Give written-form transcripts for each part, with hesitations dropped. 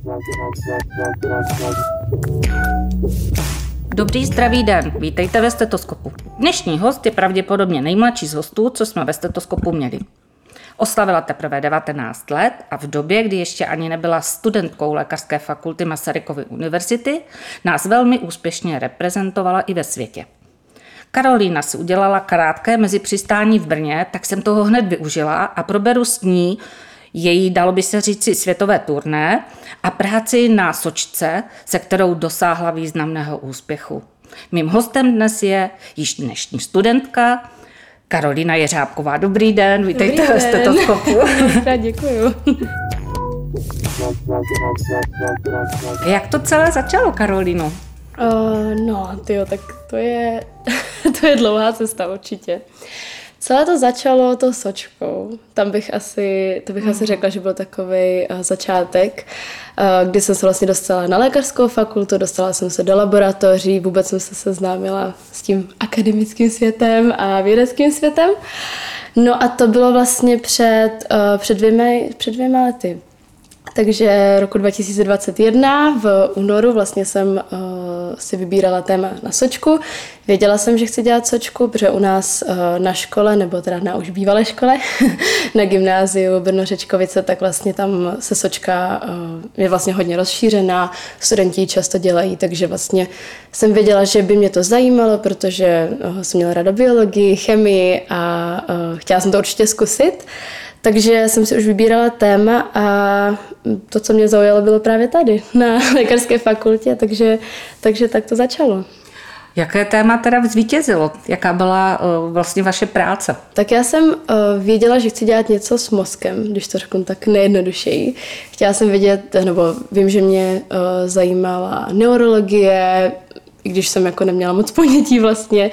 Dobrý zdravý den, vítejte ve Stetoskopu. Dnešní host je pravděpodobně nejmladší z hostů, co jsme ve Stetoskopu měli. Oslavila teprve 19 let a v době, kdy ještě ani nebyla studentkou Lékařské fakulty Masarykovy univerzity, nás velmi úspěšně reprezentovala i ve světě. Karolína si udělala krátké mezipřistání v Brně, tak jsem toho hned využila a proberu s ní její, dalo by se říci, světové turné a práci na sočce, se kterou dosáhla významného úspěchu. Mým hostem dnes je již dnešní studentka Karolína Jeřábková. Dobrý den, vítejte ve Stetoskopu. Děkuju. Jak to celé začalo, Karolíno? Tak to je dlouhá cesta určitě. Celé to začalo tou sočkou. To bych asi řekla, že byl takovej začátek, kdy jsem se vlastně dostala na lékařskou fakultu, dostala jsem se do laboratoří, vůbec jsem se seznámila s tím akademickým světem a vědeckým světem. No a to bylo vlastně před dvěma lety. Takže roku 2021 v únoru vlastně jsem si vybírala téma na sočku. Věděla jsem, že chci dělat sočku, protože u nás na škole, nebo teda na už bývalé škole, na gymnáziu Brno-Řečkovice, tak vlastně tam se sočka je vlastně hodně rozšířená, studenti ji často dělají, takže vlastně jsem věděla, že by mě to zajímalo, protože jsem měla ráda biologii, chemii a chtěla jsem to určitě zkusit. Takže jsem si už vybírala téma a to, co mě zaujalo, bylo právě tady, na lékařské fakultě, takže tak to začalo. Jaké téma teda zvítězilo? Jaká byla vlastně vaše práce? Tak já jsem věděla, že chci dělat něco s mozkem, když to řeknu tak nejjednodušeji. Chtěla jsem vědět, nebo vím, že mě zajímala neurologie, i když jsem jako neměla moc ponětí vlastně,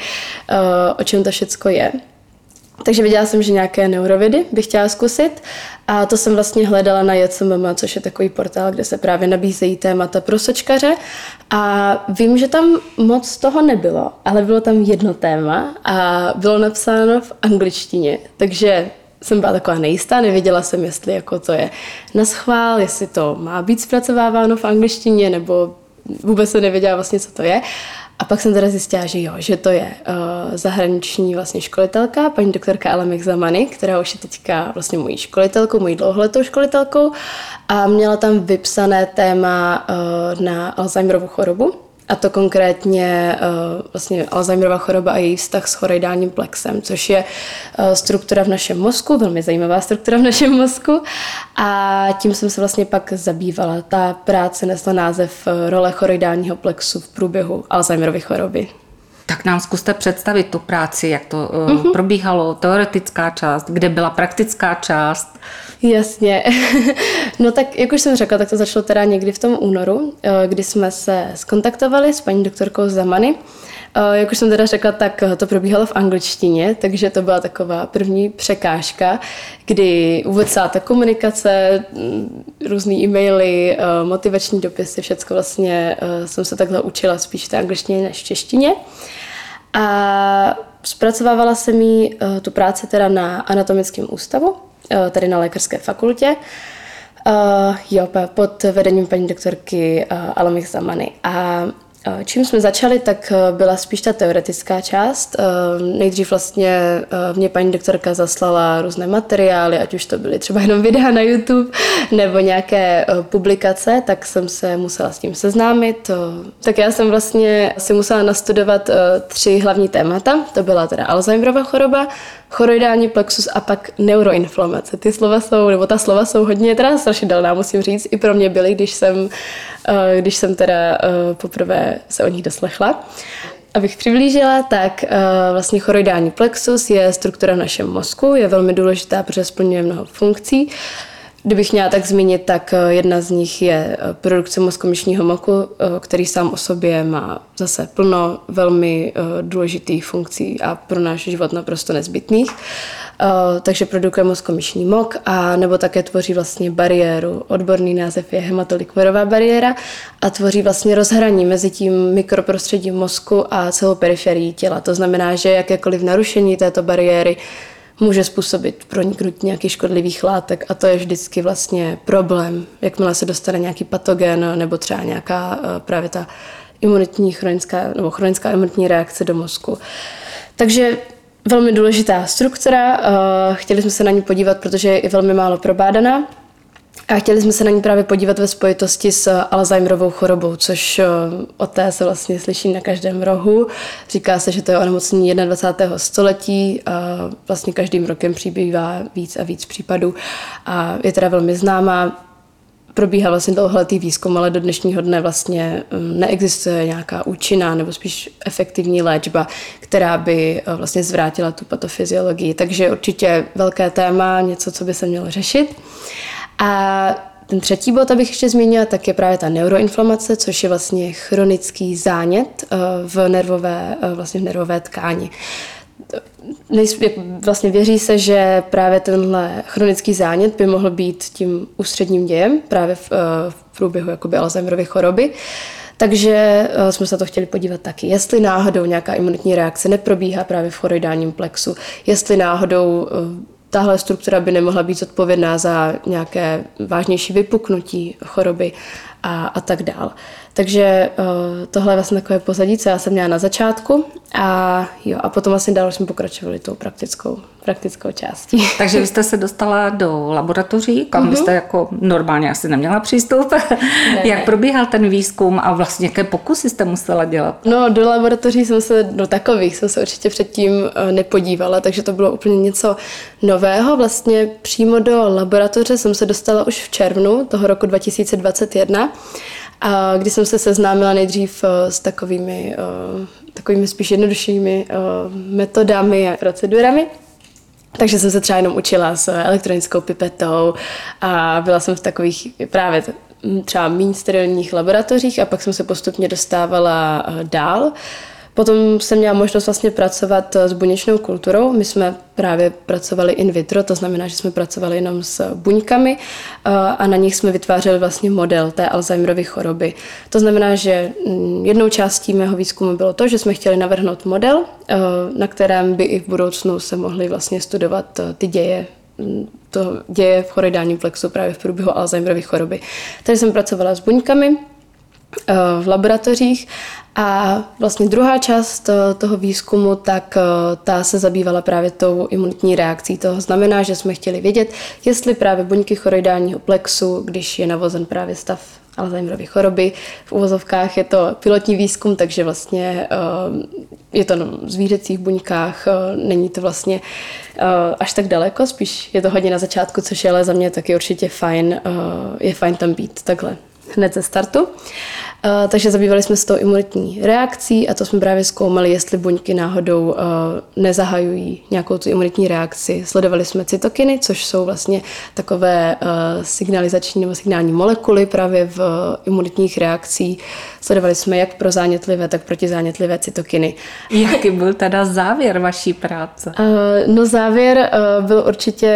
o čem to všecko je. Takže viděla jsem, že nějaké neurovědy bych chtěla zkusit a to jsem vlastně hledala na JCMM, což je takový portál, kde se právě nabízejí témata pro sočkaře a vím, že tam moc toho nebylo, ale bylo tam jedno téma a bylo napsáno v angličtině, takže jsem byla taková nejistá, nevěděla jsem, jestli jako to je naschvál, jestli to má být zpracováváno v angličtině, nebo vůbec jsem nevěděla vlastně, co to je. A pak jsem teda zjistila, že jo, že to je zahraniční vlastně školitelka, paní doktorka Alamik Zamani, která už je teďka vlastně mojí školitelkou, mojí dlouholetou školitelkou a měla tam vypsané téma na Alzheimerovu chorobu. A to konkrétně vlastně Alzheimerova choroba a její vztah s choroidálním plexem, což je struktura v našem mozku, velmi zajímavá struktura v našem mozku. A tím jsem se vlastně pak zabývala. Ta práce nesla název Role choroidálního plexu v průběhu Alzheimerovy choroby. Tak nám zkuste představit tu práci, jak to probíhalo, teoretická část, kde byla praktická část. Jasně. No tak, jak už jsem řekla, tak to začalo teda někdy v tom únoru, kdy jsme se skontaktovali s paní doktorkou Zamani. Jak už jsem teda řekla, tak to probíhalo v angličtině, takže to byla taková první překážka, kdy vůbec celá ta komunikace, různý e-maily, motivační dopisy, všecko vlastně jsem se takhle učila spíš v té angličtině než v češtině. A zpracovávala jsem jí tu práci teda na anatomickém ústavu, tady na lékařské fakultě, pod vedením paní doktorky Alamik Zamani. A čím jsme začali, tak byla spíš ta teoretická část. Nejdřív vlastně mě paní doktorka zaslala různé materiály, ať už to byly třeba jenom videa na YouTube nebo nějaké publikace, tak jsem se musela s tím seznámit. Tak já jsem vlastně si musela nastudovat 3 hlavní témata. To byla teda Alzheimerova choroba, choroidální plexus a pak neuroinflamace. Ta slova jsou hodně teda strašidelná, musím říct. I pro mě byly, když jsem teda poprvé se o nich doslechla. Abych přiblížila, tak vlastně choroidální plexus je struktura v našem mozku, je velmi důležitá, protože splňuje mnoho funkcí. Kdybych měla tak zmínit, tak jedna z nich je produkce mozkomyšního moku, který sám o sobě má zase plno velmi důležitých funkcí a pro náš život naprosto nezbytných. Takže produkuje mozkomyšní mok a nebo také tvoří vlastně bariéru. Odborný název je hematolikverová bariéra a tvoří vlastně rozhraní mezi tím mikroprostředím mozku a celou periferií těla. To znamená, že jakékoliv narušení této bariéry může způsobit proniknutí nějakých škodlivých látek a to je vždycky vlastně problém, jakmile se dostane nějaký patogen nebo třeba nějaká právě ta imunitní chronická imunitní reakce do mozku. Takže velmi důležitá struktura, chtěli jsme se na ní podívat, protože je velmi málo probádaná a chtěli jsme se na ní právě podívat ve spojitosti s Alzheimerovou chorobou, což o té se vlastně slyší na každém rohu. Říká se, že to je onemocnění 21. století a vlastně každým rokem přibývá víc a víc případů a je teda velmi známá. Probíhá vlastně dlouholetý výzkum, ale do dnešního dne vlastně neexistuje nějaká účinná nebo spíš efektivní léčba, která by vlastně zvrátila tu patofyziologii. Takže určitě velké téma, něco, co by se mělo řešit. A ten třetí bod, abych ještě zmínila, tak je právě ta neuroinflamace, což je vlastně chronický zánět v nervové tkáni. Vlastně věří se, že právě tenhle chronický zánět by mohl být tím ústředním dějem právě v průběhu jakoby Alzheimerovy choroby. Takže jsme se to chtěli podívat taky, jestli náhodou nějaká imunitní reakce neprobíhá právě v choroidálním plexu, jestli náhodou tahle struktura by nemohla být zodpovědná za nějaké vážnější vypuknutí choroby a tak dál. Takže tohle je vlastně takové pozadí, co já jsem měla na začátku a potom vlastně dál jsme pokračovali tou praktickou částí. Takže vy jste se dostala do laboratoří, kam byste jako normálně asi neměla přístup. Jak probíhal ten výzkum a vlastně jaké pokusy jste musela dělat? No, do laboratoří jsem se určitě předtím nepodívala, takže to bylo úplně něco nového. Vlastně přímo do laboratoře jsem se dostala už v červnu toho roku 2021, a kdy jsem se seznámila nejdřív s takovými spíš jednoduššími metodami a procedurami. Takže jsem se třeba jenom učila s elektronickou pipetou a byla jsem v takových právě třeba méně sterilních laboratořích a pak jsem se postupně dostávala dál. Potom jsem měla možnost vlastně pracovat s buněčnou kulturou. My jsme právě pracovali in vitro, to znamená, že jsme pracovali jenom s buňkami a na nich jsme vytvářeli vlastně model té Alzheimerovy choroby. To znamená, že jednou částí mého výzkumu bylo to, že jsme chtěli navrhnout model, na kterém by i v budoucnu se mohly vlastně studovat ty děje v choroidálním plexu právě v průběhu Alzheimerovy choroby. Takže jsem pracovala s buňkami v laboratořích a vlastně druhá část toho výzkumu, tak ta se zabývala právě tou imunitní reakcí. To znamená, že jsme chtěli vědět, jestli právě buňky choroidálního plexu, když je navozen právě stav Alzheimerovy choroby, v uvozovkách je to pilotní výzkum, takže vlastně je to na zvířecích buňkách, není to vlastně až tak daleko, spíš je to hodně na začátku, což je ale za mě taky určitě fajn, je fajn tam být takhle hned ze startu. Takže zabývali jsme se tou imunitní reakcí a to jsme právě zkoumali, jestli buňky náhodou nezahajují nějakou tu imunitní reakci. Sledovali jsme cytokiny, což jsou vlastně takové signalizační nebo signální molekuly právě v imunitních reakcích. Sledovali jsme jak pro zánětlivé, tak protizánětlivé cytokiny. Jaký byl teda závěr vaší práce? No závěr byl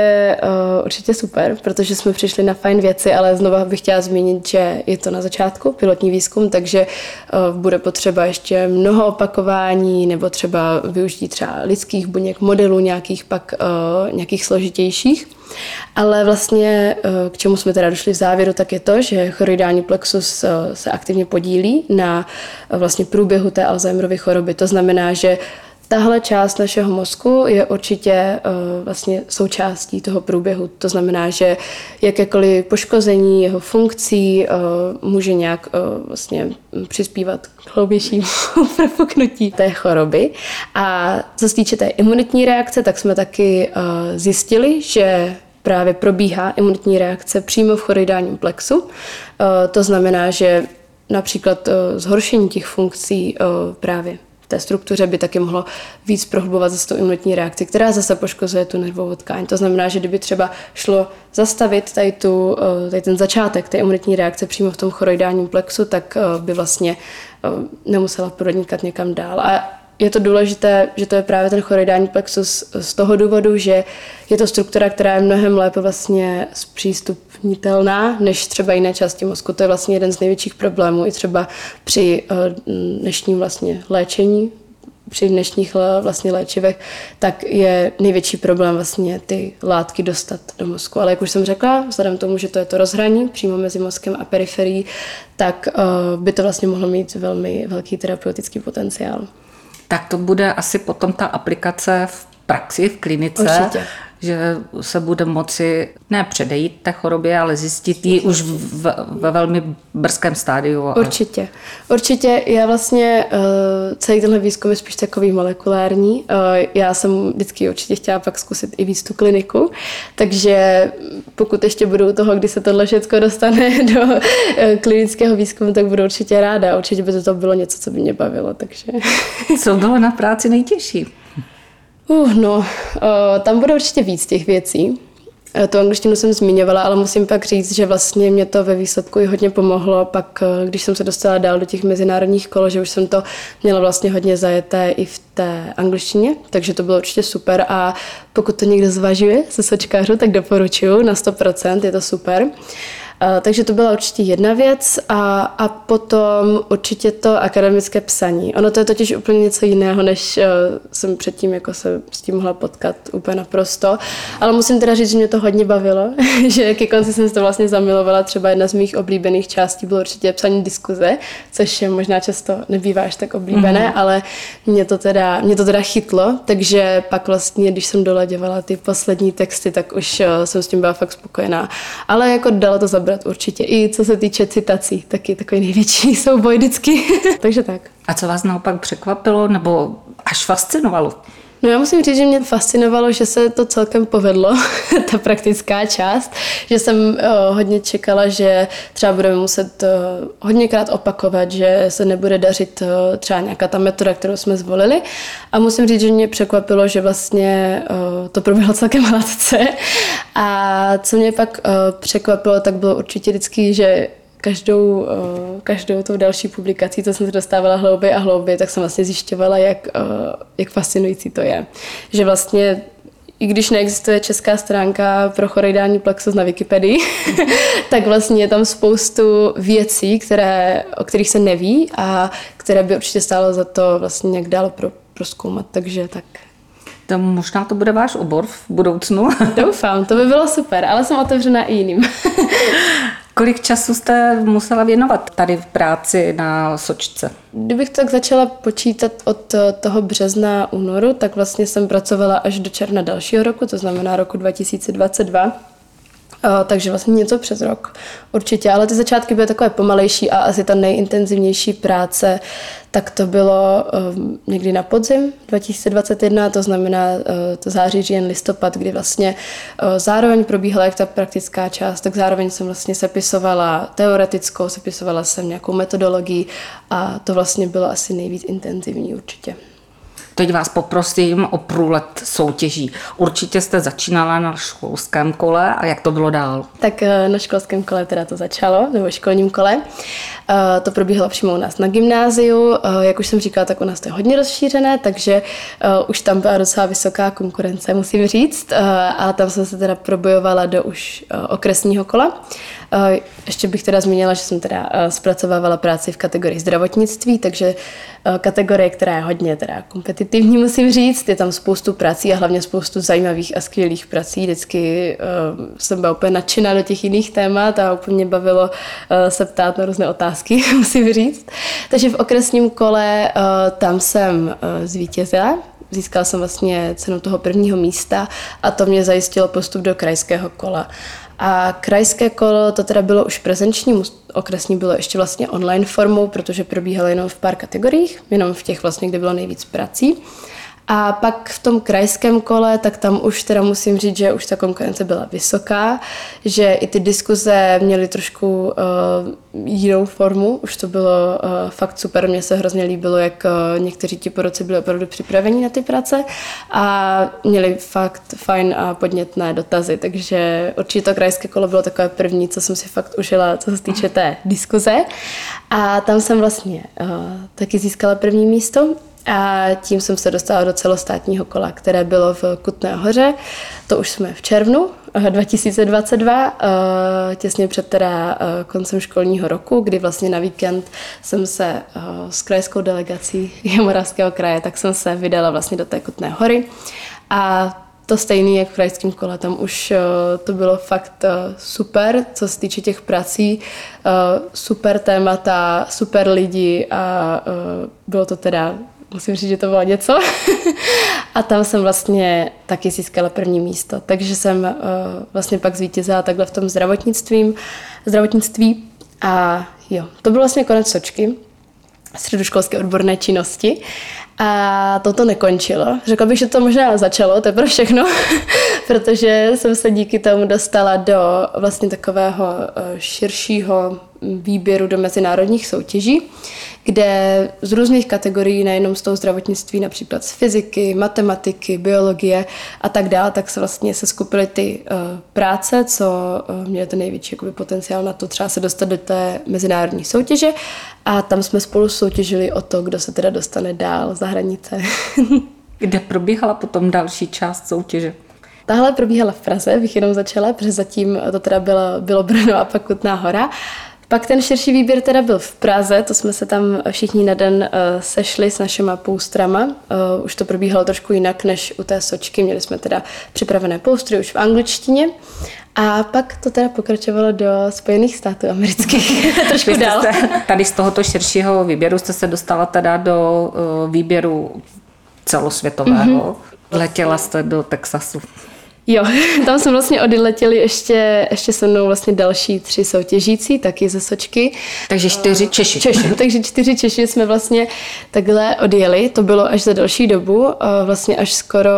určitě super, protože jsme přišli na fajn věci, ale znova bych chtěla zmínit, že je to na začátku, pilotní výzkum, takže bude potřeba ještě mnoho opakování nebo třeba využití třeba lidských buněk, modelů nějakých složitějších. Ale vlastně k čemu jsme teda došli v závěru, tak je to, že choroidální plexus se aktivně podílí na vlastně průběhu té Alzheimerovy choroby. To znamená, že tahle část našeho mozku je určitě vlastně součástí toho průběhu. To znamená, že jakékoliv poškození jeho funkcí může nějak vlastně přispívat k hloubějšímu propuknutí té choroby. A co se týče té imunitní reakce, tak jsme taky zjistili, že právě probíhá imunitní reakce přímo v choroidálním plexu. To znamená, že například zhoršení těch funkcí právě v té struktuře by taky mohlo víc prohlubovat zase tu imunitní reakci, která zase poškozuje tu nervovou tkáň. To znamená, že kdyby třeba šlo zastavit tady ten začátek té imunitní reakce přímo v tom choroidálním plexu, tak by vlastně nemusela pronikat někam dál. A je to důležité, že to je právě ten choroidální plexus z toho důvodu, že je to struktura, která je mnohem lépe vlastně zpřístupnitelná než třeba jiné části mozku. To je vlastně jeden z největších problémů i třeba při dnešním vlastně léčení při dnešních vlastně léčivech, tak je největší problém vlastně ty látky dostat do mozku. Ale jak už jsem řekla, vzhledem k tomu, že to je to rozhraní přímo mezi mozkem a periferií, tak by to vlastně mohlo mít velmi velký terapeutický potenciál. Tak to bude asi potom ta aplikace v praxi, v klinice, Určitě. že se bude moci ne předejít té chorobě, ale zjistit ji už ve velmi brzkém stádiu. Určitě. Určitě já vlastně celý tenhle výzkum je spíš takový molekulární. Já jsem vždycky určitě chtěla pak zkusit i víc tu kliniku, takže pokud ještě budu u toho, kdy se tohle všechno dostane do klinického výzkumu, tak budu určitě ráda. Určitě by to bylo něco, co by mě bavilo. Takže. Co bylo na práci nejtěžší? Tam bude určitě víc těch věcí. Tu angličtinu jsem zmiňovala, ale musím pak říct, že vlastně mě to ve výsledku i hodně pomohlo pak, když jsem se dostala dál do těch mezinárodních kol, že už jsem to měla vlastně hodně zajeté i v té angličtině, takže to bylo určitě super a pokud to někdo zvažuje se sočkářů, tak doporučuji na 100%, je to super. Takže to byla určitě jedna věc a potom určitě to akademické psaní. Ono to je totiž úplně něco jiného, než jsem předtím jako se s tím mohla potkat úplně naprosto. Ale musím teda říct, že mě to hodně bavilo, že ke konci jsem se to vlastně zamilovala. Třeba jedna z mých oblíbených částí bylo určitě psaní diskuze, což je možná často nebývá až tak oblíbené, ale mě to teda chytlo, takže pak vlastně, když jsem dolaďovala ty poslední texty, tak už jsem s tím byla fakt spokojená. Ale jako dalo to zabrat určitě. I co se týče citací, taky takový největší souboj vždycky. Takže tak. A co vás naopak překvapilo nebo až fascinovalo? No já musím říct, že mě fascinovalo, že se to celkem povedlo, ta praktická část, že jsem hodně čekala, že třeba budeme muset hodněkrát opakovat, že se nebude dařit třeba nějaká ta metoda, kterou jsme zvolili. A musím říct, že mě překvapilo, že vlastně to proběhlo celkem hladce. A co mě pak překvapilo, tak bylo určitě vždycky, že každou tou další publikací, co jsem se dostávala hlouběji a hlouběji, tak jsem vlastně zjišťovala, jak fascinující to je. Že vlastně, i když neexistuje česká stránka pro choroidální plexus na Wikipedii, tak vlastně je tam spoustu věcí, o kterých se neví a které by určitě stálo za to vlastně nějak dál prozkoumat. Takže tak. Možná to bude váš obor v budoucnu. Doufám, to by bylo super, ale jsem otevřená i jiným. Kolik času jste musela věnovat tady v práci na sočce? Kdybych tak začala počítat od toho března, únoru, tak vlastně jsem pracovala až do června dalšího roku, to znamená roku 2022. Takže vlastně něco přes rok určitě, ale ty začátky byly takové pomalejší a asi ta nejintenzivnější práce, tak to bylo někdy na podzim 2021, to znamená to září, říjen, listopad, kdy vlastně zároveň probíhala jak ta praktická část, tak zároveň jsem vlastně sepisovala teoretickou, sepisovala jsem nějakou metodologii a to vlastně bylo asi nejvíc intenzivní určitě. Teď vás poprosím o průlet soutěží. Určitě jste začínala na školském kole a jak to bylo dál? Tak na školském kole teda to začalo, nebo školním kole. To probíhalo přímo u nás na gymnáziu. Jak už jsem říkala, tak u nás to je hodně rozšířené, takže už tam byla docela vysoká konkurence, musím říct. A tam jsem se teda probojovala do už okresního kola. Ještě bych teda zmínila, že jsem teda zpracovávala práci v kategorii zdravotnictví, takže kategorie, která je hodně teda kompetitivní, musím říct. Je tam spoustu prací a hlavně spoustu zajímavých a skvělých prací. Vždycky jsem byla úplně nadšená do těch jiných témat a úplně mě bavilo se ptát na různé otázky, musím říct. Takže v okresním kole tam jsem zvítězila. Získala jsem vlastně cenu toho prvního místa a to mě zajistilo postup do krajského kola. A krajské kolo to teda bylo už prezenční, okresní bylo ještě vlastně online formou, protože probíhalo jenom v pár kategoriích, jenom v těch vlastně, kde bylo nejvíc prací. A pak v tom krajském kole, tak tam už teda musím říct, že už ta konkurence byla vysoká, že i ty diskuze měly trošku jinou formu, už to bylo fakt super, mně se hrozně líbilo, jak někteří ti porodci byli opravdu připraveni na ty práce a měli fakt fajn a podnětné dotazy, takže určitě to krajské kolo bylo takové první, co jsem si fakt užila, co se týče té diskuze a tam jsem vlastně taky získala první místo. A tím jsem se dostala do celostátního kola, které bylo v Kutné Hoře. To už jsme v červnu 2022, těsně před teda koncem školního roku, kdy vlastně na víkend jsem se s krajskou delegací Jihomoravského kraje, tak jsem se vydala vlastně do té Kutné Hory. A to stejný jak v krajském kole, tam už to bylo fakt super, co se týče těch prací, super témata, super lidi a bylo to teda, musím říct, že to bylo něco. A tam jsem vlastně taky získala první místo, takže jsem vlastně pak zvítězila takhle v tom zdravotnictví a jo, to byl vlastně konec Sočky, středoškolské odborné činnosti. A toto nekončilo. Řekla bych, že to možná začalo, to je pro všechno, protože jsem se díky tomu dostala do vlastně takového širšího výběru do mezinárodních soutěží, kde z různých kategorií, nejenom z toho zdravotnictví, například z fyziky, matematiky, biologie a tak dále, tak se vlastně skupily ty práce, co měly ten největší jakoby, potenciál na to třeba se dostat do té mezinárodní soutěže a tam jsme spolu soutěžili o to, kdo se teda dostane dál za hranice. Kde probíhala potom další část soutěže? Tahle probíhala v Praze, bych jenom začala, protože zatím to teda bylo Brno a pak Kutná Hora. Pak ten širší výběr teda byl v Praze, to jsme se tam všichni na den sešli s našima poustrama. Už to probíhalo trošku jinak než u té Sočky, měli jsme teda připravené poustry už v angličtině. A pak to teda pokračovalo do Spojených států amerických. Trošku dál. Tady z tohoto širšího výběru jste se dostala teda do výběru celosvětového. Letěla jste do Texasu. Jo, tam jsme vlastně odletěli ještě se mnou vlastně další 3 soutěžící, taky ze Sočky. Takže 4 Češi. Takže 4 Češi jsme vlastně takhle odjeli, to bylo až za další dobu, vlastně až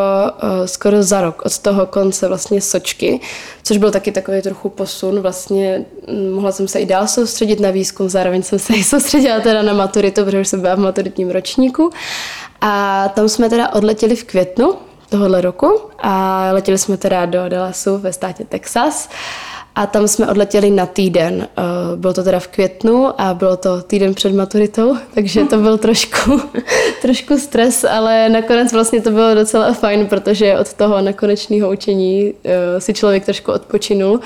skoro za rok od toho konce vlastně Sočky, což byl taky takový trochu posun, vlastně mohla jsem se i dál soustředit na výzkum, zároveň jsem se i soustředila teda na maturitu, protože už jsem byla v maturitním ročníku a tam jsme teda odletěli v květnu tohohle roku a letěli jsme teda do Dallasu ve státě Texas a tam jsme odletěli na týden. Bylo to teda v květnu a bylo to týden před maturitou, takže to byl trošku stres, ale nakonec vlastně to bylo docela fajn, protože od toho nekonečného učení si člověk trošku odpočinul.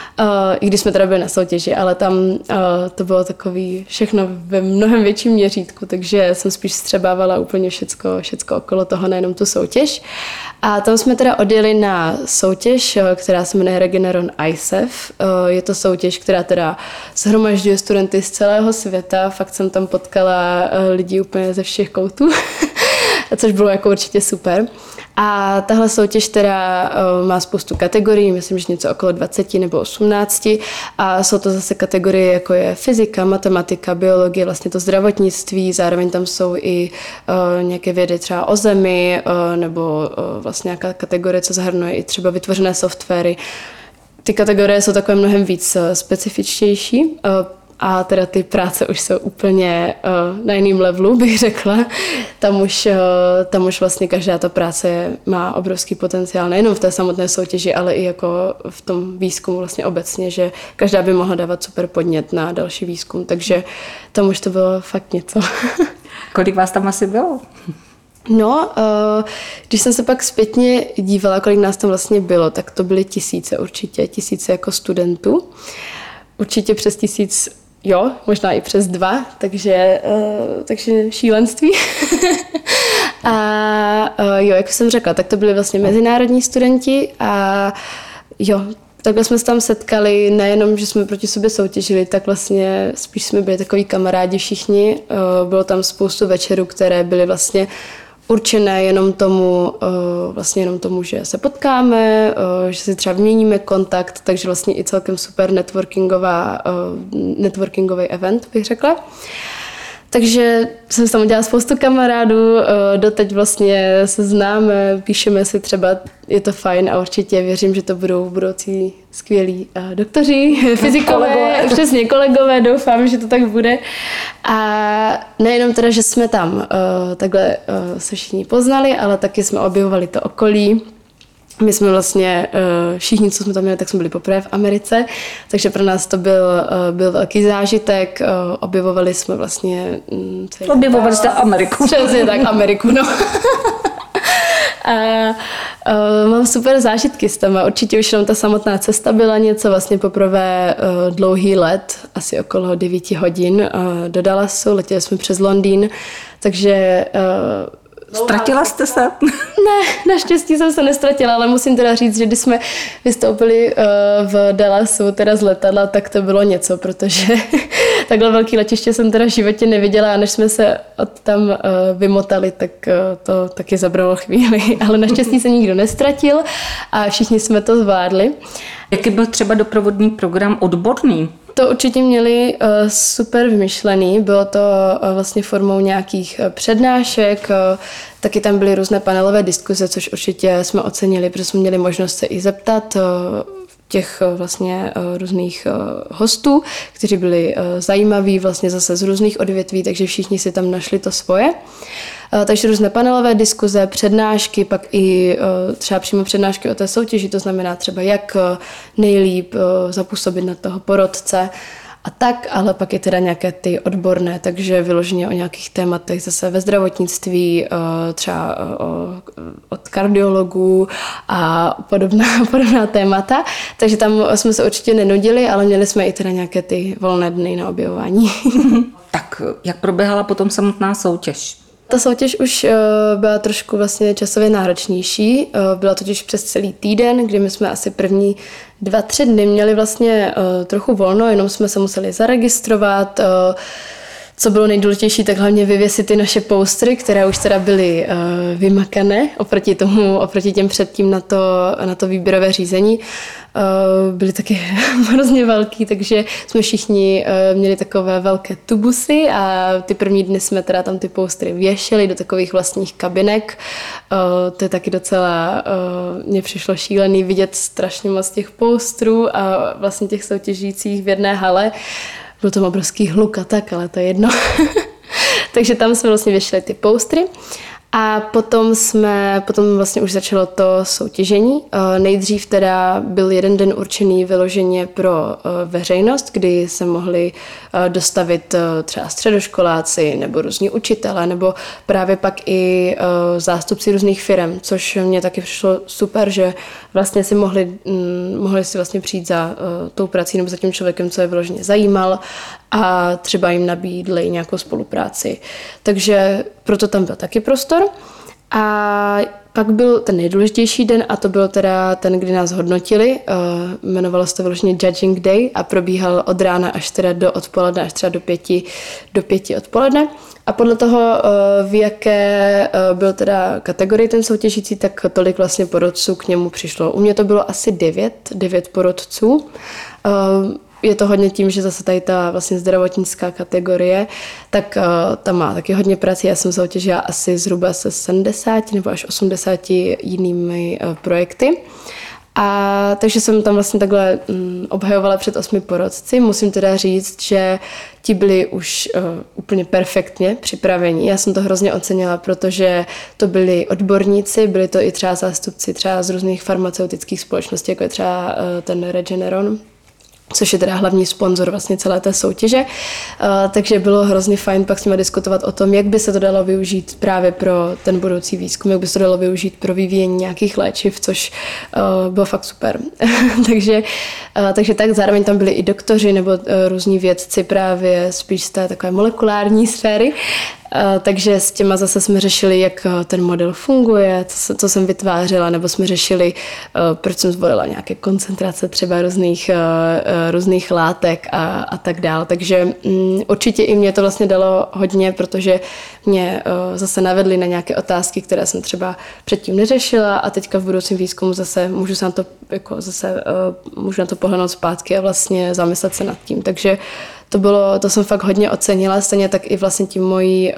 I když jsme teda byli na soutěži, ale tam to bylo takový všechno ve mnohem větším měřítku, takže jsem spíš střebávala úplně všecko okolo toho, nejenom tu soutěž. A tam jsme teda odjeli na soutěž, která se jmenuje Regeneron ISEF. Je to soutěž, která teda shromažďuje studenty z celého světa. Fakt jsem tam potkala lidi úplně ze všech koutů, což bylo jako určitě super. A tahle soutěž teda má spoustu kategorií, myslím, že něco okolo 20 nebo 18 a jsou to zase kategorie, jako je fyzika, matematika, biologie, vlastně to zdravotnictví, zároveň tam jsou i nějaké vědy třeba o zemi nebo vlastně nějaká kategorie, co zahrnuje i třeba vytvořené softwary. Ty kategorie jsou takové mnohem víc specifičtější. A teda ty práce už jsou úplně na jiném levelu, bych řekla. Tam už vlastně každá ta práce má obrovský potenciál, nejenom v té samotné soutěži, ale i jako v tom výzkumu vlastně obecně, že každá by mohla dávat super podnět na další výzkum, takže tam už to bylo fakt něco. Kolik vás tam asi bylo? No, když jsem se pak zpětně dívala, kolik nás tam vlastně bylo, tak to byly tisíce jako studentů. Určitě přes 1000, jo, možná i přes 2, takže šílenství. A jo, jak jsem řekla, tak to byli vlastně mezinárodní studenti a jo, takhle jsme se tam setkali, nejenom, že jsme proti sobě soutěžili, tak vlastně spíš jsme byli takový kamarádi všichni. Bylo tam spoustu večerů, které byly vlastně určené jenom tomu, že se potkáme, že si třeba vyměníme kontakt, takže vlastně i celkem super networkingový event, bych řekla. Takže jsem tam udělala spoustu kamarádů, doteď vlastně se známe, píšeme si třeba, je to fajn a určitě věřím, že to budou budoucí skvělí doktoři, fyzikové, přesně kolegové, doufám, že to tak bude. A nejenom teda, že jsme tam takhle se všichni poznali, ale taky jsme objevovali to okolí. My jsme vlastně, všichni, co jsme tam měli, tak jsme byli poprvé v Americe, takže pro nás to byl velký zážitek. Objevovali jsme vlastně... Objevovali jste Ameriku. Přesně tak, Ameriku, no. Mám super zážitky s tam. Určitě už jenom ta samotná cesta byla něco, vlastně poprvé dlouhý let, asi okolo 9 hodin do Dallasu, letěli jsme přes Londýn, takže... Ztratila jste se? Ne, naštěstí jsem se nestratila, ale musím teda říct, že když jsme vystoupili v Dallasu teda z letadla, tak to bylo něco, protože takhle velký letiště jsem teda v životě neviděla a než jsme se tam vymotali, tak to taky zabralo chvíli, ale naštěstí se nikdo nestratil a všichni jsme to zvládli. Jaký byl třeba doprovodný program odborný? To určitě měli super vymyšlený, bylo to vlastně formou nějakých přednášek, taky tam byly různé panelové diskuze, což určitě jsme ocenili, protože jsme měli možnost se i zeptat těch vlastně různých hostů, kteří byli zajímaví vlastně zase z různých odvětví, takže všichni si tam našli to svoje. Takže různé panelové diskuze, přednášky, pak i třeba přímo přednášky o té soutěži, to znamená třeba jak nejlíp zapůsobit na toho porotce a tak, ale pak je teda nějaké ty odborné, takže vyloženě o nějakých tématech zase ve zdravotnictví, třeba od kardiologů a podobná témata. Takže tam jsme se určitě nenudili, ale měli jsme i teda nějaké ty volné dny na objevování. Tak jak proběhala potom samotná soutěž? Ta soutěž už byla trošku vlastně časově náročnější. Byla totiž přes celý týden, kdy my jsme asi první 2-3 dny měli vlastně trochu volno, jenom jsme se museli zaregistrovat. Co bylo nejdůležitější, tak hlavně vyvěsit ty naše poustry, které už teda byly vymakané oproti těm předtím na to výběrové řízení. Byly taky hrozně velký, takže jsme všichni měli takové velké tubusy a ty první dny jsme teda tam ty poustry věšeli do takových vlastních kabinek. To je taky docela, mně přišlo šílený vidět strašně moc těch poustrů a vlastně těch soutěžících v jedné hale. Byl tam obrovský hluk a tak, ale to je jedno. Takže tam jsme vlastně věšeli ty poustry. A potom vlastně už začalo to soutěžení. Nejdřív teda byl jeden den určený vyloženě pro veřejnost, kdy se mohli dostavit třeba středoškoláci nebo různí učitelé, nebo právě pak i zástupci různých firem, což mě taky přišlo super, že vlastně si mohli si vlastně přijít za tou prací nebo za tím člověkem, co je vyloženě zajímal a třeba jim nabídli nějakou spolupráci. Takže proto tam byl taky prostor. A pak byl ten nejdůležitější den a to byl teda ten, kdy nás hodnotili. Jmenovalo se to vyloženě Judging Day a probíhal od rána až teda do odpoledne, až třeba do pěti odpoledne. A podle toho, v jaké byl teda kategorii ten soutěžící, tak tolik vlastně porotců k němu přišlo. U mě to bylo asi 9 porotců. Je to hodně tím, že zase tady ta vlastně zdravotnická kategorie, tak tam má taky hodně prací. Já jsem soutěžila asi zhruba se 70 nebo až 80 jinými projekty. A takže jsem tam vlastně takhle obhajovala před 8 porotci. Musím teda říct, že ti byli už úplně perfektně připraveni. Já jsem to hrozně ocenila, protože to byli odborníci, byli to i třeba zástupci třeba z různých farmaceutických společností, jako je třeba ten Regeneron, což je teda hlavní sponzor vlastně celé té soutěže. Takže bylo hrozně fajn pak s nimi diskutovat o tom, jak by se to dalo využít právě pro ten budoucí výzkum, jak by se to dalo využít pro vyvíjení nějakých léčiv, což bylo fakt super. takže tak zároveň tam byli i doktoři nebo různí vědci právě spíš z té takové molekulární sféry. Takže s těma zase jsme řešili, jak ten model funguje, co jsem vytvářela, nebo jsme řešili, proč jsem zvolila nějaké koncentrace třeba různých látek a tak dále. Takže určitě i mě to vlastně dalo hodně, protože mě zase navedli na nějaké otázky, které jsem třeba předtím neřešila a teďka v budoucím výzkumu zase můžu na to pohlednout zpátky a vlastně zamyslet se nad tím. Takže to jsem fakt hodně ocenila, stejně tak i vlastně ti moji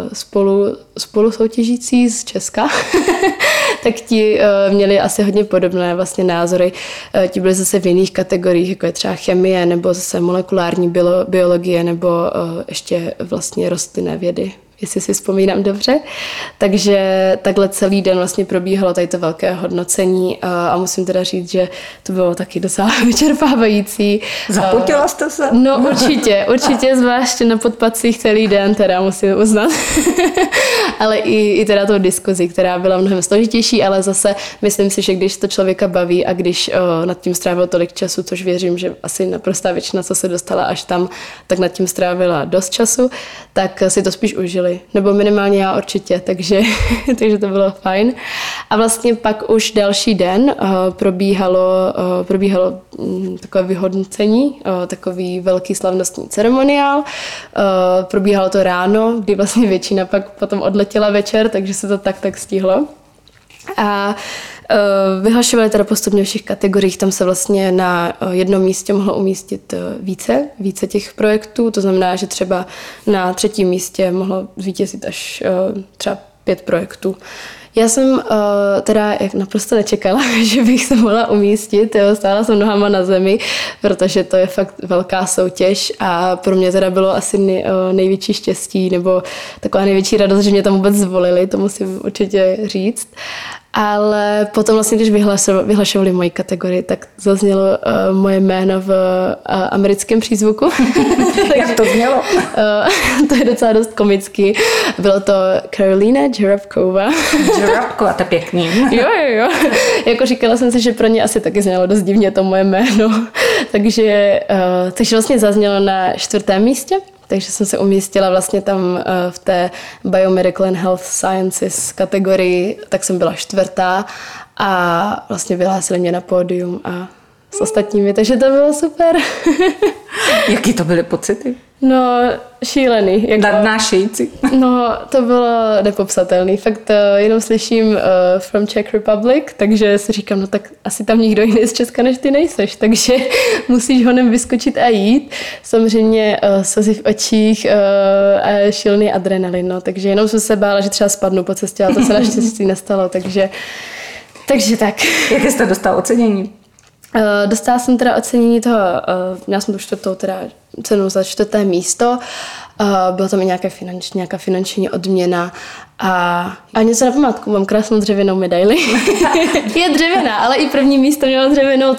spolusoutěžící z Česka, tak ti měli asi hodně podobné vlastně názory. Ti byli zase v jiných kategoriích, jako je třeba chemie, nebo zase molekulární biologie, nebo ještě vlastně rostlinné vědy. jestli si vzpomínám dobře. Takže takhle celý den vlastně probíhalo tady to velké hodnocení a musím teda říct, že to bylo taky docela vyčerpávající. Zapotila jste se? No určitě, zvlášť na podpacích celý den, teda musím uznat. Ale i teda tou diskuzi, která byla mnohem složitější, ale zase myslím si, že když to člověka baví a když nad tím strávil tolik času, což věřím, že asi naprostá většina, co se dostala až tam, tak nad tím strávila dost času, tak si to spíš užili. Nebo minimálně já určitě, takže to bylo fajn. A vlastně pak už další den probíhalo takové vyhodnocení, takový velký slavnostní ceremoniál. Probíhalo to ráno, kdy vlastně většina pak potom odletěla večer, takže se to tak stihlo. A vyhlašovali teda postupně v všech kategoriích, tam se vlastně na jednom místě mohlo umístit více těch projektů, to znamená, že třeba na 3. místě mohlo zvítězit až třeba 5 projektů. Já jsem teda jak naprosto nečekala, že bych se mohla umístit, stála jsem nohama na zemi, protože to je fakt velká soutěž a pro mě teda bylo asi největší štěstí nebo taková největší radost, že mě tam vůbec zvolili, to musím určitě říct. Ale potom vlastně, když vyhlašovali moji kategorii, tak zaznělo moje jméno v americkém přízvuku. Jak to znělo? To je docela dost komický. Bylo to Karolina Žerabková. Žerabková, to je pěkný. Jo. Jako říkala jsem si, že pro ně asi taky znělo dost divně to moje jméno. Takže vlastně zaznělo na 4. místě. Takže jsem se umístila vlastně tam v té Biomedical and Health Sciences kategorii, tak jsem byla 4. a vlastně vyhlásili mě na pódium a s ostatními, takže to bylo super. Jaký to byly pocity? No, šílený. Nadnášející. No, to bylo nepopsatelný. Fakt jenom slyším from Czech Republic, takže si říkám, no tak asi tam nikdo jiný z Česka než ty nejseš, takže musíš honem vyskočit a jít. Samozřejmě slzy v očích a šílený adrenalin, no, takže jenom jsem se bála, že třeba spadnu po cestě, ale to se naštěstí nestalo, takže tak. Jaké jste dostal ocenění? Dostala jsem teda ocenění toho, měla jsem tu 4. teda cenu za 4. místo, bylo tam i nějaká finanční odměna a něco na památku, mám krásnou dřevěnou medaili. Je dřevěná, ale i 1. místo měla dřevěnou,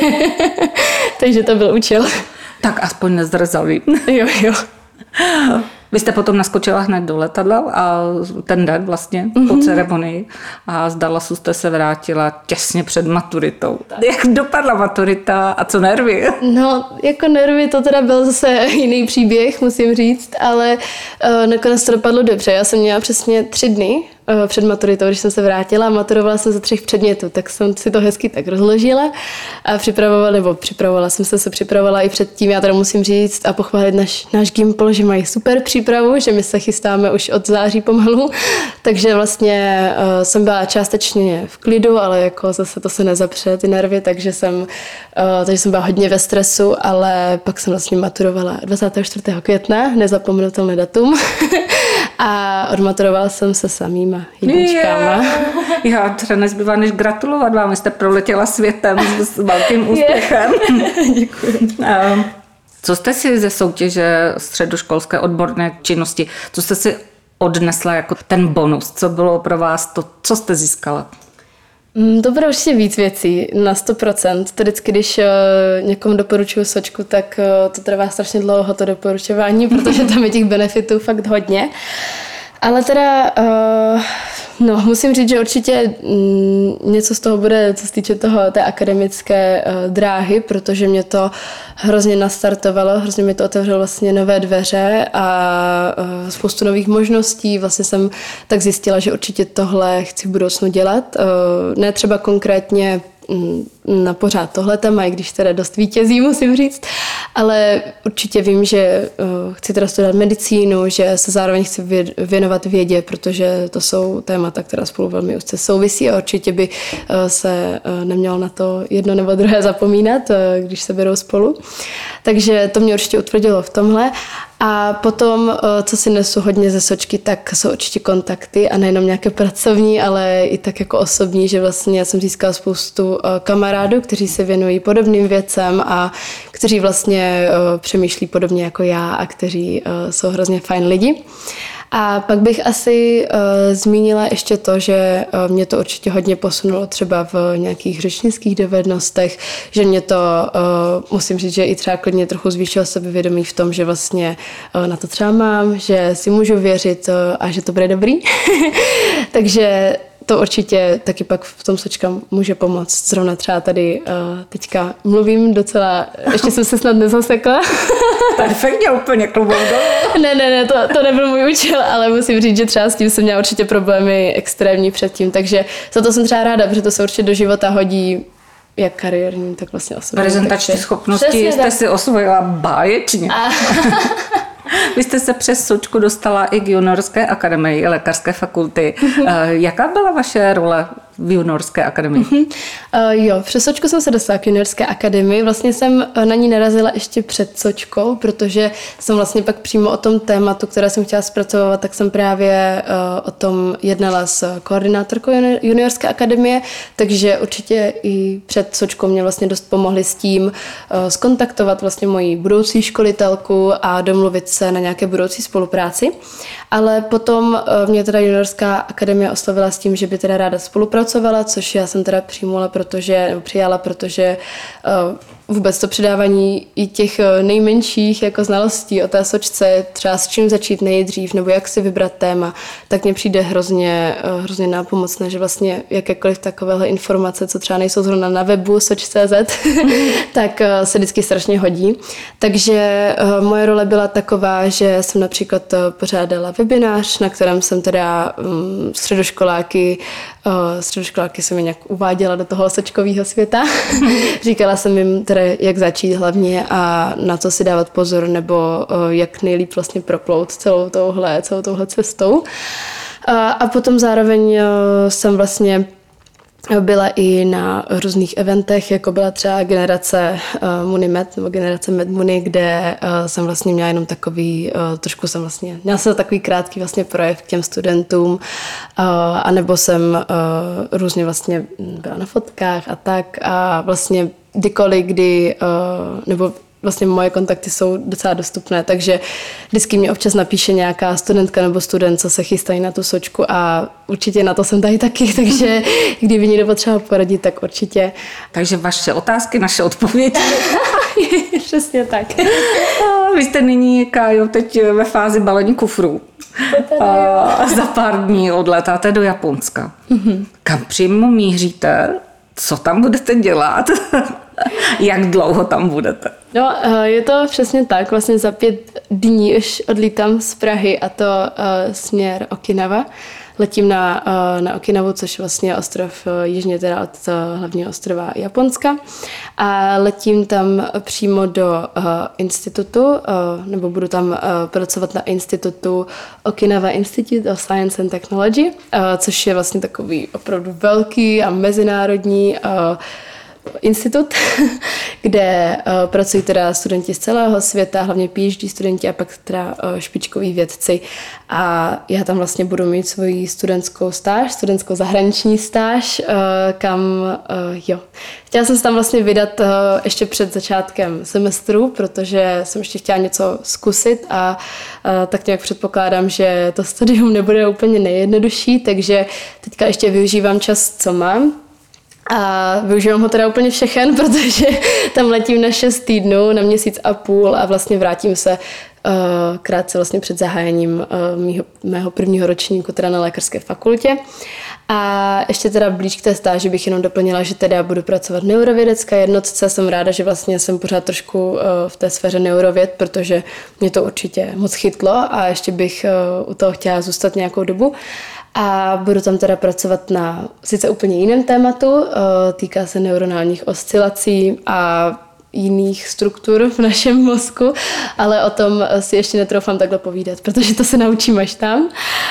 takže to byl účel. Tak aspoň nezrzavý. Jo. Vy jste potom naskočila hned do letadla a ten den vlastně po ceremonii a z Dallasu jste se vrátila těsně před maturitou. Jak dopadla maturita a co nervy? No, jako nervy to teda byl zase jiný příběh, musím říct, ale nakonec to dopadlo dobře. Já jsem měla přesně 3 dny před maturitou, když jsem se vrátila a maturovala jsem ze 3 předmětů, tak jsem si to hezky tak rozložila a připravovala jsem se i předtím. Já teda musím říct a pochválit náš Gimpl, že mají super přípravu, že my se chystáme už od září pomalu, takže vlastně jsem byla částečně v klidu, ale jako zase to se nezapře ty nervy, takže jsem byla hodně ve stresu, ale pak jsem vlastně maturovala 24. května, nezapomenutelné datum. A odmaturovala jsem se samýma jedničkama. Já třeba nezbývá než gratulovat vám, jste proletěla světem s velkým úspěchem. Děkuji. Co jste si ze soutěže středoškolské odborné činnosti, co jste si odnesla jako ten bonus? Co bylo pro vás to, co jste získala? To bude určitě víc věcí, na 100%. To vždycky, když někomu doporučuju sočku, tak to trvá strašně dlouho to doporučování, protože tam je těch benefitů fakt hodně. Ale teda, musím říct, že určitě něco z toho bude, co se týče té akademické dráhy, protože mě to hrozně nastartovalo, hrozně mi to otevřelo vlastně nové dveře a spoustu nových možností. Vlastně jsem tak zjistila, že určitě tohle chci v budoucnu dělat. Ne třeba konkrétně na pořád tohle téma, i když teda dost vítězí, musím říct, ale určitě vím, že chci teda studovat medicínu, že se zároveň chci věnovat vědě, protože to jsou témata, která spolu velmi úzce souvisí a určitě by se nemělo na to jedno nebo druhé zapomínat, když se berou spolu. Takže to mě určitě utvrdilo v tomhle. A potom, co si nesu hodně ze sočky, tak jsou určitě kontakty a nejenom nějaké pracovní, ale i tak jako osobní, že vlastně já jsem získala spoustu kamarádů, kamarádů, kteří se věnují podobným věcem a kteří vlastně přemýšlí podobně jako já a kteří jsou hrozně fajn lidi. A pak bych asi zmínila ještě to, že mě to určitě hodně posunulo třeba v nějakých řečnických dovednostech, že mě to, musím říct, že i třeba klidně trochu zvýšilo sebevědomí v tom, že vlastně na to třeba mám, že si můžu věřit a že to bude dobrý. Takže to určitě taky pak v tom sočka může pomoct. Zrovna třeba tady teďka mluvím docela, ještě jsem se snad nezasekla. Perfektně, úplně klobouk dolů. Ne, to nebyl můj účel, ale musím říct, že třeba s tím jsem měla určitě problémy extrémní předtím, takže za to jsem třeba ráda, protože to se určitě do života hodí jak kariérní, tak vlastně osobní. Prezentační schopnosti jste si osvojila báječně. Vy jste se přes sočku dostala i k juniorské akademii lékařské fakulty. Jaká byla vaše role v juniorské akademii? Jo, přes sočku jsem se dostala k juniorské akademii. Vlastně jsem na ní narazila ještě před sočkou, protože jsem vlastně pak přímo o tom tématu, které jsem chtěla zpracovat, tak jsem právě o tom jednala s koordinátorkou juniorské akademie, takže určitě i před sočkou mě vlastně dost pomohli s tím skontaktovat vlastně moji budoucí školitelku a domluvit se na nějaké budoucí spolupráci. Ale potom mě teda juniorská akademie oslovila s tím, že by teda ráda spolupracovala, což já jsem teda přijala, protože vůbec to předávání i těch nejmenších jako znalostí o té sočce, třeba s čím začít nejdřív, nebo jak si vybrat téma, tak mně přijde hrozně nápomocné, že vlastně jakékoliv takovéhle informace, co třeba nejsou zrovna na webu soč.cz, tak se vždycky strašně hodí. Takže moje role byla taková, že jsem například pořádala webinář, na kterém jsem teda středoškoláky jsem je nějak uváděla do toho sočkového světa. Říkala jsem jim teda, jak začít hlavně a na co si dávat pozor, nebo jak nejlíp vlastně proplout celou touhle cestou. A potom zároveň jsem vlastně byla i na různých eventech, jako byla třeba generace Munimed nebo generace MedMuni, kde jsem vlastně měla jenom takový, měla jsem takový krátký vlastně projev k těm studentům, anebo jsem různě vlastně byla na fotkách a tak a vlastně nebo vlastně moje kontakty jsou docela dostupné, takže vždycky mě občas napíše nějaká studentka nebo student, co se chystají na tu sočku a určitě na to jsem tady taky, takže kdyby někdo potřeboval poradit, tak určitě. Takže vaše otázky, naše odpovědi. Přesně tak. Vy jste nyní, Kájo, teď ve fázi balení kufru. Za pár dní odletáte do Japonska. Kam přímo míříte? Co tam budete dělat? Jak dlouho tam budete? No, je to přesně tak. Vlastně za 5 dní už odlítám z Prahy a to směr Okinawa. Letím na Okinawu, což je vlastně ostrov jižně teda od hlavního ostrova Japonska. A letím tam přímo do institutu, nebo budu tam pracovat na institutu Okinawa Institute of Science and Technology, což je vlastně takový opravdu velký a mezinárodní institut, kde pracují teda studenti z celého světa, hlavně PhD studenti a pak teda špičkoví vědci. A já tam vlastně budu mít svoji studentskou zahraniční stáž, kam, Chtěla jsem se tam vlastně vydat ještě před začátkem semestru, protože jsem ještě chtěla něco zkusit a tak nějak předpokládám, že to studium nebude úplně nejjednodušší, takže teďka ještě využívám čas, co mám. A využívám ho teda úplně všechen, protože tam letím na 6 týdnů, na měsíc a půl a vlastně vrátím se krátce vlastně před zahájením mého prvního ročníku teda na lékařské fakultě. A ještě teda blíž k té stáži bych jenom doplnila, že teda budu pracovat v neurovědecké jednotce. Jsem ráda, že vlastně jsem pořád trošku v té sféře neurověd, protože mě to určitě moc chytlo a ještě bych u toho chtěla zůstat nějakou dobu. A budu tam teda pracovat na sice úplně jiném tématu, týká se neuronálních oscilací a jiných struktur v našem mozku, ale o tom si ještě netroufám takhle povídat, protože to se naučím až tam.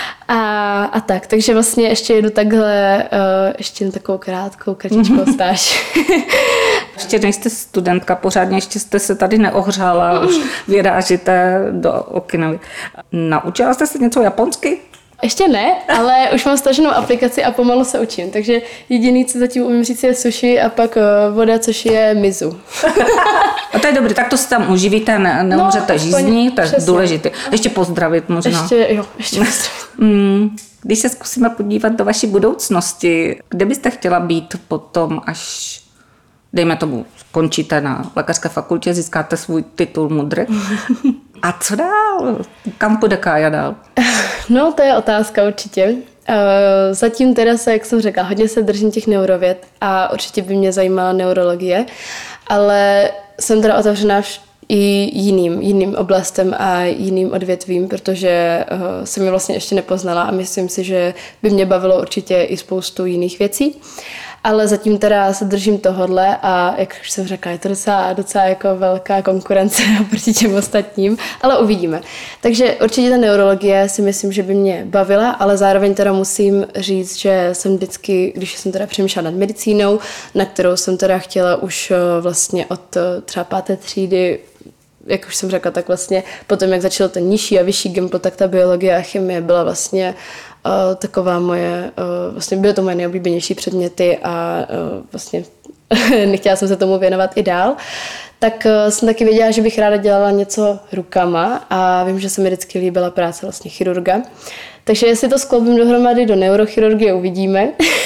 A tak, takže vlastně ještě jedu takhle, ještě na takovou kratičkou stáž. Ještě nejste studentka pořádně, ještě jste se tady neohřála, už vyrážíte do Okinavy. Naučila jste se něco japonsky? Ještě ne, ale už mám staženou aplikaci a pomalu se učím, takže jediný, co zatím umím říct, je sushi a pak voda, což je mizu. A to je dobrý, tak to si tam uživíte, neumřete žízní, to je důležité. Ještě pozdravit možná. Ještě pozdravit. Když se zkusíme podívat do vaší budoucnosti, kde byste chtěla být potom, až, dejme tomu, skončíte na lékařské fakultě, získáte svůj titul mudr? A co dál? Kam půjde Kája dál? No, to je otázka určitě. Zatím teda se, jak jsem řekla, hodně se držím těch neurověd a určitě by mě zajímala neurologie, ale jsem teda otevřená i jiným oblastem a jiným odvětvím, protože jsem je vlastně ještě nepoznala a myslím si, že by mě bavilo určitě i spoustu jiných věcí. Ale zatím teda se držím tohodle a jak už jsem řekla, je to docela jako velká konkurence oproti těm ostatním, ale uvidíme. Takže určitě ta neurologie si myslím, že by mě bavila, ale zároveň teda musím říct, že jsem vždycky, když jsem teda přemýšlela nad medicínou, na kterou jsem teda chtěla už vlastně od třeba 5. třídy, jak už jsem řekla, tak vlastně potom, jak začal ten nižší a vyšší gimpl, tak ta biologie a chemie byla vlastně taková moje, vlastně byly to moje nejoblíbenější předměty a vlastně nechtěla jsem se tomu věnovat i dál. Tak jsem taky věděla, že bych ráda dělala něco rukama a vím, že se mi vždycky líbila práce vlastně chirurga. Takže jestli to skloubím dohromady do neurochirurgie, uvidíme.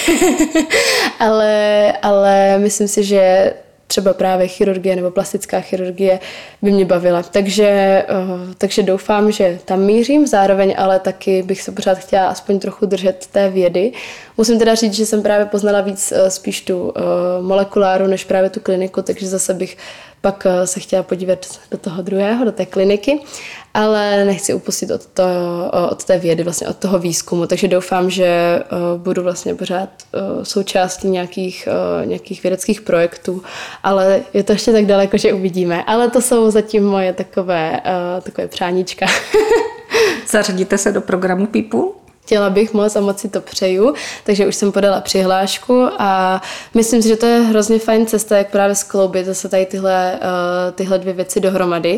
ale myslím si, že třeba právě chirurgie nebo plastická chirurgie by mě bavila. Takže doufám, že tam mířím, zároveň ale taky bych se pořád chtěla aspoň trochu držet té vědy. Musím teda říct, že jsem právě poznala víc spíš tu molekuláru, než právě tu kliniku, takže zase bych pak se chtěla podívat do toho druhého, do té kliniky, ale nechci upustit od té vědy, vlastně od toho výzkumu, takže doufám, že budu vlastně pořád součástí nějakých vědeckých projektů, ale je to ještě tak daleko, že uvidíme. Ale to jsou zatím moje takové přáníčka. Zařadíte se do programu People? Chtěla bych moc a moc si to přeju, takže už jsem podala přihlášku a myslím si, že to je hrozně fajn cesta, jak právě skloubit zase tady tyhle dvě věci dohromady.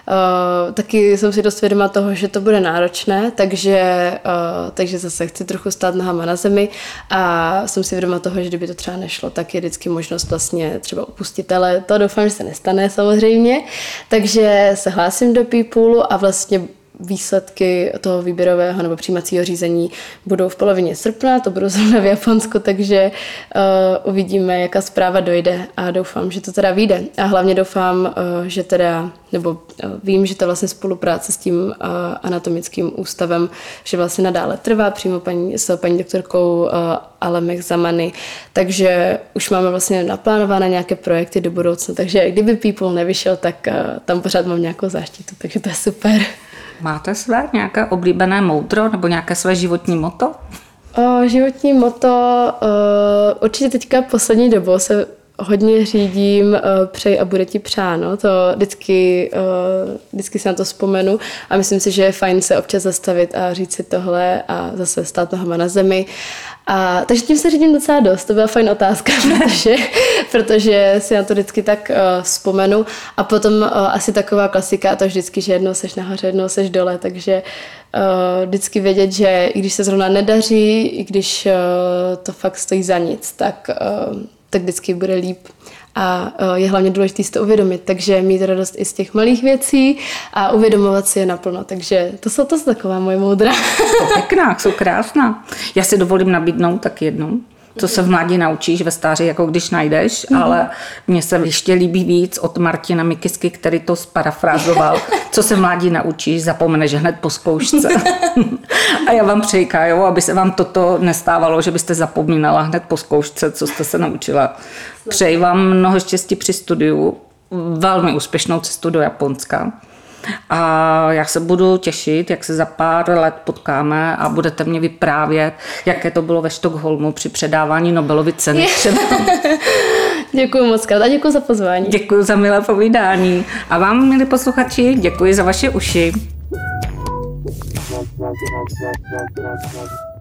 Taky jsem si dost vědoma toho, že to bude náročné, takže zase chci trochu stát nohama na zemi a jsem si vědoma toho, že kdyby to třeba nešlo, tak je vždycky možnost vlastně třeba opustit, ale to doufám, že se nestane samozřejmě, takže se hlásím do People a vlastně výsledky toho výběrového nebo přijímacího řízení budou v polovině srpna, to budou zrovna v Japonsku, takže uvidíme, jaká zpráva dojde a doufám, že to teda vyjde. A hlavně doufám, že teda, nebo vím, že ta vlastně spolupráce s tím anatomickým ústavem, že vlastně nadále trvá přímo s paní doktorkou Alemek Zamany, takže už máme vlastně naplánované nějaké projekty do budoucna, takže kdyby People nevyšel, tak tam pořád mám nějakou záštitu, takže to je super. Máte své nějaké oblíbené moudro nebo nějaké své životní motto? Životní motto určitě teďka poslední dobou se hodně řídím přej a bude ti přáno. To vždycky si na to vzpomenu a myslím si, že je fajn se občas zastavit a říct si tohle a zase stát nohama na zemi. Takže tím se řídím docela dost. To byla fajn otázka, protože si na to vždycky tak vzpomenu. A potom asi taková klasika, to vždycky, že jednou seš nahoře, jednou seš dole, takže vždycky vědět, že i když se zrovna nedaří, i když to fakt stojí za nic, tak vždycky bude líp. A je hlavně důležité si to uvědomit, takže mít radost i z těch malých věcí a uvědomovat si je naplno. Takže to jsou taková moje moudra. To pěkná, jsou krásná. Já si dovolím nabídnout tak jednou. Co se v mládí naučíš, ve stáří, jako když najdeš, ale mně se ještě líbí víc od Martina Mikisky, který to sparafrázoval. Co se v mládí naučíš, zapomeneš hned po zkoušce. A já vám přeji, Kájo, aby se vám toto nestávalo, že byste zapomínala hned po zkoušce, co jste se naučila. Přeji vám mnoho štěstí při studiu, velmi úspěšnou cestu do Japonska. A já se budu těšit, jak se za pár let potkáme a budete mě vyprávět, jaké to bylo ve Stockholmu při předávání Nobelovy ceny. Děkuji moc krát a děkuji za pozvání. Děkuji za milé povídání. A vám, milí posluchači, děkuji za vaše uši.